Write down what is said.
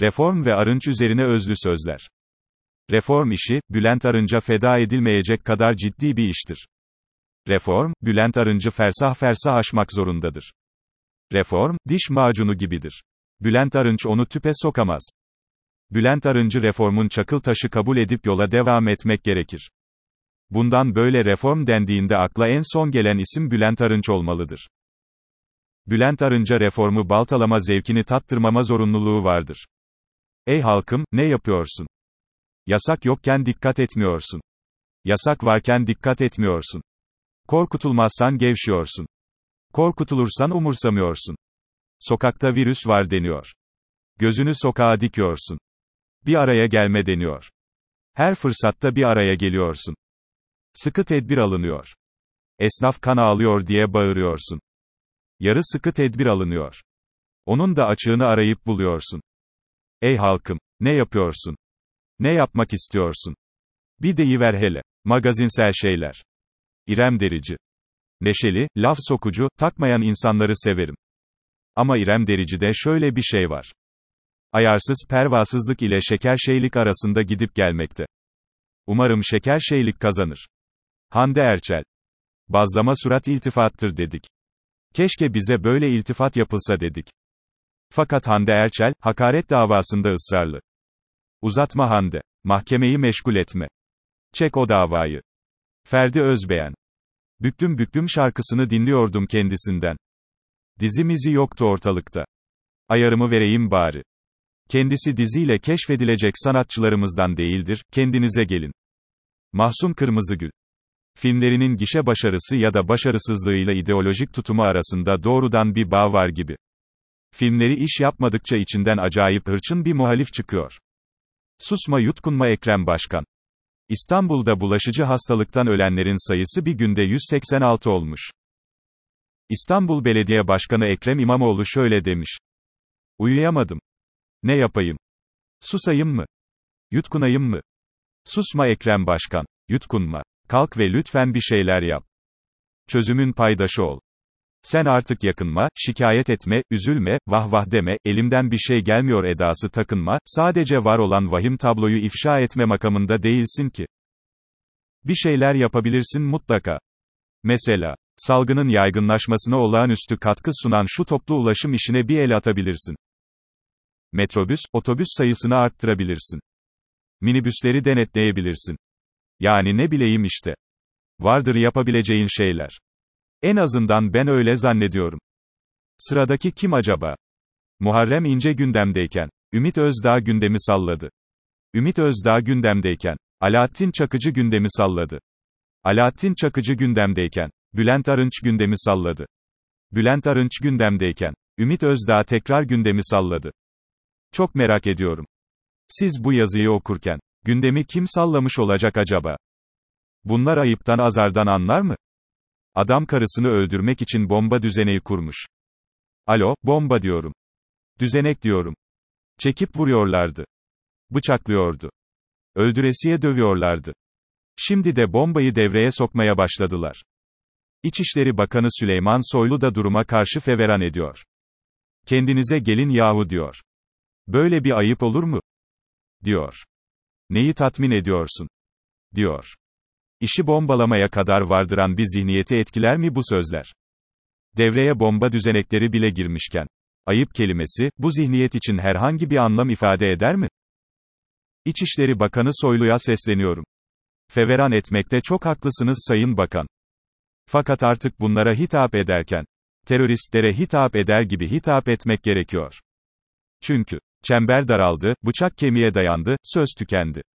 Reform ve Arınç üzerine özlü sözler. Reform işi, Bülent Arınç'a feda edilmeyecek kadar ciddi bir iştir. Reform, Bülent Arınç'ı fersah fersah aşmak zorundadır. Reform, diş macunu gibidir. Bülent Arınç onu tüpe sokamaz. Bülent Arınç'ı reformun çakıl taşı kabul edip yola devam etmek gerekir. Bundan böyle reform dendiğinde akla en son gelen isim Bülent Arınç olmalıdır. Bülent Arınç'a reformu baltalama zevkini tattırmama zorunluluğu vardır. Ey halkım, ne yapıyorsun? Yasak yokken dikkat etmiyorsun. Yasak varken dikkat etmiyorsun. Korkutulmazsan gevşiyorsun. Korkutulursan umursamıyorsun. Sokakta virüs var deniyor. Gözünü sokağa dikiyorsun. Bir araya gelme deniyor. Her fırsatta bir araya geliyorsun. Sıkı tedbir alınıyor. Esnaf kan ağlıyor diye bağırıyorsun. Yarı sıkı tedbir alınıyor. Onun da açığını arayıp buluyorsun. Ey halkım, ne yapıyorsun? Ne yapmak istiyorsun? Bir deyiver hele. Magazinsel şeyler. İrem Derici. Neşeli, laf sokucu, takmayan insanları severim. Ama İrem Derici'de şöyle bir şey var. Ayarsız pervasızlık ile şekerşeylik arasında gidip gelmekte. Umarım şekerşeylik kazanır. Hande Erçel. Bazlama surat iltifattır dedik. Keşke bize böyle iltifat yapılsa dedik. Fakat Hande Erçel, hakaret davasında ısrarlı. Uzatma Hande. Mahkemeyi meşgul etme. Çek o davayı. Ferdi Özbeğen. Büklüm büklüm şarkısını dinliyordum kendisinden. Dizimizi yoktu ortalıkta. Ayarımı vereyim bari. Kendisi diziyle keşfedilecek sanatçılarımızdan değildir, kendinize gelin. Mahsun Kırmızıgül. Filmlerinin gişe başarısı ya da başarısızlığıyla ideolojik tutumu arasında doğrudan bir bağ var gibi. Filmleri iş yapmadıkça içinden acayip hırçın bir muhalif çıkıyor. Susma yutkunma Ekrem Başkan. İstanbul'da bulaşıcı hastalıktan ölenlerin sayısı bir günde 186 olmuş. İstanbul Belediye Başkanı Ekrem İmamoğlu şöyle demiş. Uyuyamadım. Ne yapayım? Susayım mı? Yutkunayım mı? Susma Ekrem Başkan. Yutkunma. Kalk ve lütfen bir şeyler yap. Çözümün paydaşı ol. Sen artık yakınma, şikayet etme, üzülme, vah vah deme, elimden bir şey gelmiyor edası takınma, sadece var olan vahim tabloyu ifşa etme makamında değilsin ki. Bir şeyler yapabilirsin mutlaka. Mesela, salgının yaygınlaşmasına olağanüstü katkı sunan şu toplu ulaşım işine bir el atabilirsin. Metrobüs, otobüs sayısını arttırabilirsin. Minibüsleri denetleyebilirsin. Yani ne bileyim işte. Vardır yapabileceğin şeyler. En azından ben öyle zannediyorum. Sıradaki kim acaba? Muharrem İnce gündemdeyken, Ümit Özdağ gündemi salladı. Ümit Özdağ gündemdeyken, Alaaddin Çakıcı gündemi salladı. Alaaddin Çakıcı gündemdeyken, Bülent Arınç gündemi salladı. Bülent Arınç gündemdeyken, Ümit Özdağ tekrar gündemi salladı. Çok merak ediyorum. Siz bu yazıyı okurken, gündemi kim sallamış olacak acaba? Bunlar ayıptan azardan anlar mı? Adam karısını öldürmek için bomba düzeneği kurmuş. Alo, bomba diyorum. Düzenek diyorum. Çekip vuruyorlardı. Bıçaklıyordu. Öldüresiye dövüyorlardı. Şimdi de bombayı devreye sokmaya başladılar. İçişleri Bakanı Süleyman Soylu da duruma karşı feveran ediyor. Kendinize gelin yahu diyor. Böyle bir ayıp olur mu? Diyor. Neyi tatmin ediyorsun? Diyor. İşi bombalamaya kadar vardıran bir zihniyeti etkiler mi bu sözler? Devreye bomba düzenekleri bile girmişken. Ayıp kelimesi, bu zihniyet için herhangi bir anlam ifade eder mi? İçişleri Bakanı Soylu'ya sesleniyorum. Feveran etmekte çok haklısınız Sayın Bakan. Fakat artık bunlara hitap ederken, teröristlere hitap eder gibi hitap etmek gerekiyor. Çünkü, çember daraldı, bıçak kemiğe dayandı, söz tükendi.